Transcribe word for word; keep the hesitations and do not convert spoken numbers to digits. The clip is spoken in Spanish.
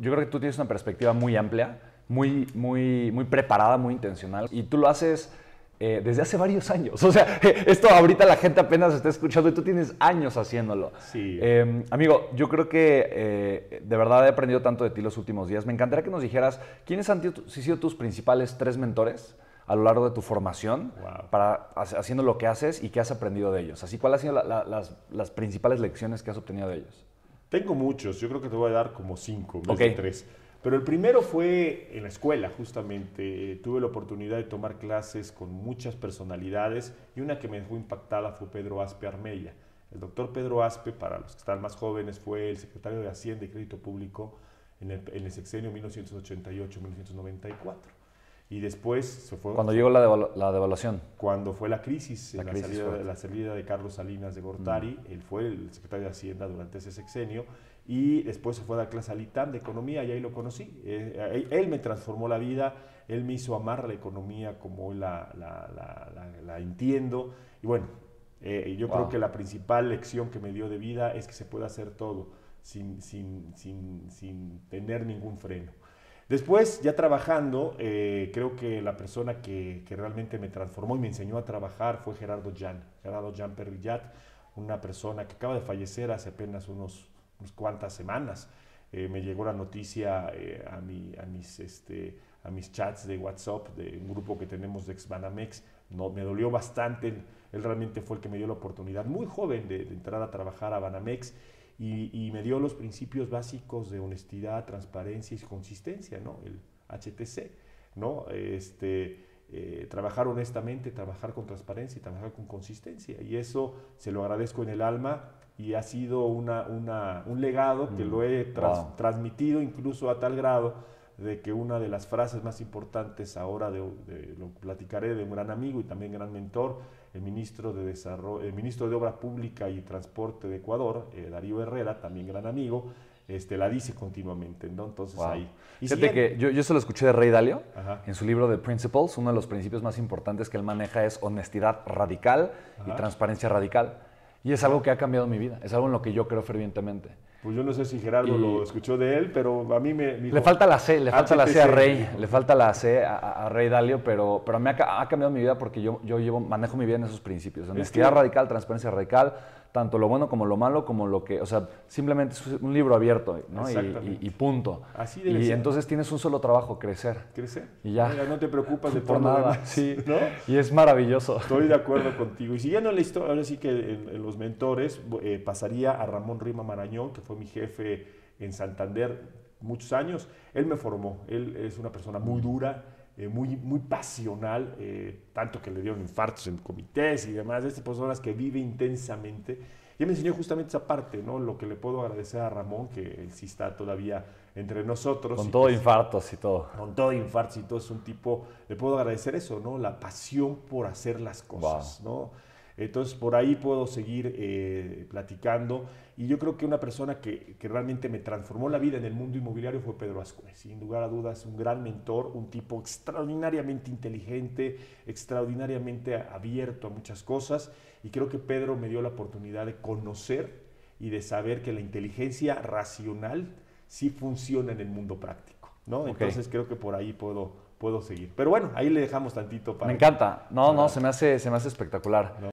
yo creo que tú tienes una perspectiva muy amplia, muy, muy, muy preparada, muy intencional, y tú lo haces eh, desde hace varios años. O sea, esto ahorita la gente apenas está escuchando y tú tienes años haciéndolo. Sí. Eh, amigo, yo creo que eh, de verdad he aprendido tanto de ti los últimos días. Me encantaría que nos dijeras quiénes han sido tus principales tres mentores a lo largo de tu formación, Wow. para haciendo lo que haces y qué has aprendido de ellos. Así, ¿cuáles han sido la, la, las, las principales lecciones que has obtenido de ellos? Tengo muchos, yo creo que te voy a dar como cinco, en vez Okay. de tres. Pero el primero fue en la escuela, justamente. Tuve la oportunidad de tomar clases con muchas personalidades y una que me dejó impactada fue Pedro Aspe Armella. El doctor Pedro Aspe, para los que están más jóvenes, fue el secretario de Hacienda y Crédito Público en el, en el sexenio mil novecientos ochenta y ocho a mil novecientos noventa y cuatro. Y después se fue... Cuando llegó la, devalu la devaluación. Cuando fue la crisis, la, la, crisis salida, de, la salida de Carlos Salinas de Gortari, mm. él fue el secretario de Hacienda durante ese sexenio, y después se fue a dar clase al ITAM de Economía, y ahí lo conocí. Eh, él me transformó la vida, él me hizo amar la economía como hoy la, la, la, la, la entiendo, y bueno, eh, yo wow. creo que la principal lección que me dio de vida es que se puede hacer todo sin, sin, sin, sin tener ningún freno. Después, ya trabajando, eh, creo que la persona que, que realmente me transformó y me enseñó a trabajar fue Gerardo Jan, Gerardo Jan Perrillat, una persona que acaba de fallecer hace apenas unos, unos cuantas semanas. Eh, me llegó la noticia eh, a, mi, a, mis, este, a mis chats de WhatsApp de un grupo que tenemos de ex-Banamex. No, me dolió bastante, él, él realmente fue el que me dio la oportunidad, muy joven, de, de entrar a trabajar a Banamex. Y, y me dio los principios básicos de honestidad, transparencia y consistencia, ¿no? El H T C, ¿no? Este, eh, trabajar honestamente, trabajar con transparencia y trabajar con consistencia. Y eso se lo agradezco en el alma, y ha sido una, una, un legado que mm, lo he trans, wow. transmitido incluso a tal grado de que una de las frases más importantes ahora, de, de, lo platicaré, de un gran amigo y también gran mentor, el ministro de, Desarrollo, el ministro de Obra Pública y Transporte de Ecuador, eh, Darío Herrera, también gran amigo, este, la dice continuamente, ¿no? Entonces wow. ahí. Y Fíjate que yo, yo se lo escuché de Ray Dalio, Ajá. en su libro The Principles. Uno de los principios más importantes que él maneja es honestidad radical Ajá. y transparencia radical. Y es algo que ha cambiado mi vida, es algo en lo que yo creo fervientemente. Pues yo no sé si Gerardo y lo escuchó de él, pero a mí me... me le falta la C, le falta H T C. La C a Rey, le falta la C a, a Ray Dalio, pero, pero me ha, ha cambiado mi vida porque yo, yo llevo, manejo mi vida en esos principios. Honestidad es que... radical, transparencia radical, tanto lo bueno como lo malo, como lo que... O sea, simplemente es un libro abierto, ¿no? Y, y, y punto. Así debe y ser. entonces tienes un solo trabajo, crecer. Crecer. Y ya. Mira, no te preocupas de por todo nada, lo demás, sí. ¿no? Y es maravilloso. Estoy de acuerdo contigo. Y siguiendo la historia, ahora sí que en, en los mentores, eh, pasaría a Ramón Rima Marañón, que fue mi jefe en Santander muchos años. Él me formó. Él es una persona muy dura, eh, muy, muy pasional, eh, tanto que le dieron infartos en comités y demás, de estas personas que vive intensamente. Y él me enseñó justamente esa parte, ¿no? Lo que le puedo agradecer a Ramón, que él sí está todavía entre nosotros. Con todo infartos y todo. Con todo infartos y todo, es un tipo, le puedo agradecer eso, ¿no? La pasión por hacer las cosas, wow. ¿no? Entonces, por ahí puedo seguir eh, platicando. Y yo creo que una persona que, que realmente me transformó la vida en el mundo inmobiliario fue Pedro Ascue. Sin lugar a dudas, un gran mentor, un tipo extraordinariamente inteligente, extraordinariamente abierto a muchas cosas. Y creo que Pedro me dio la oportunidad de conocer y de saber que la inteligencia racional sí funciona en el mundo práctico, ¿no? Okay. Entonces, creo que por ahí puedo, puedo seguir. Pero bueno, ahí le dejamos tantito para... Me encanta. No, para... no, se me hace, se me hace espectacular. ¿No?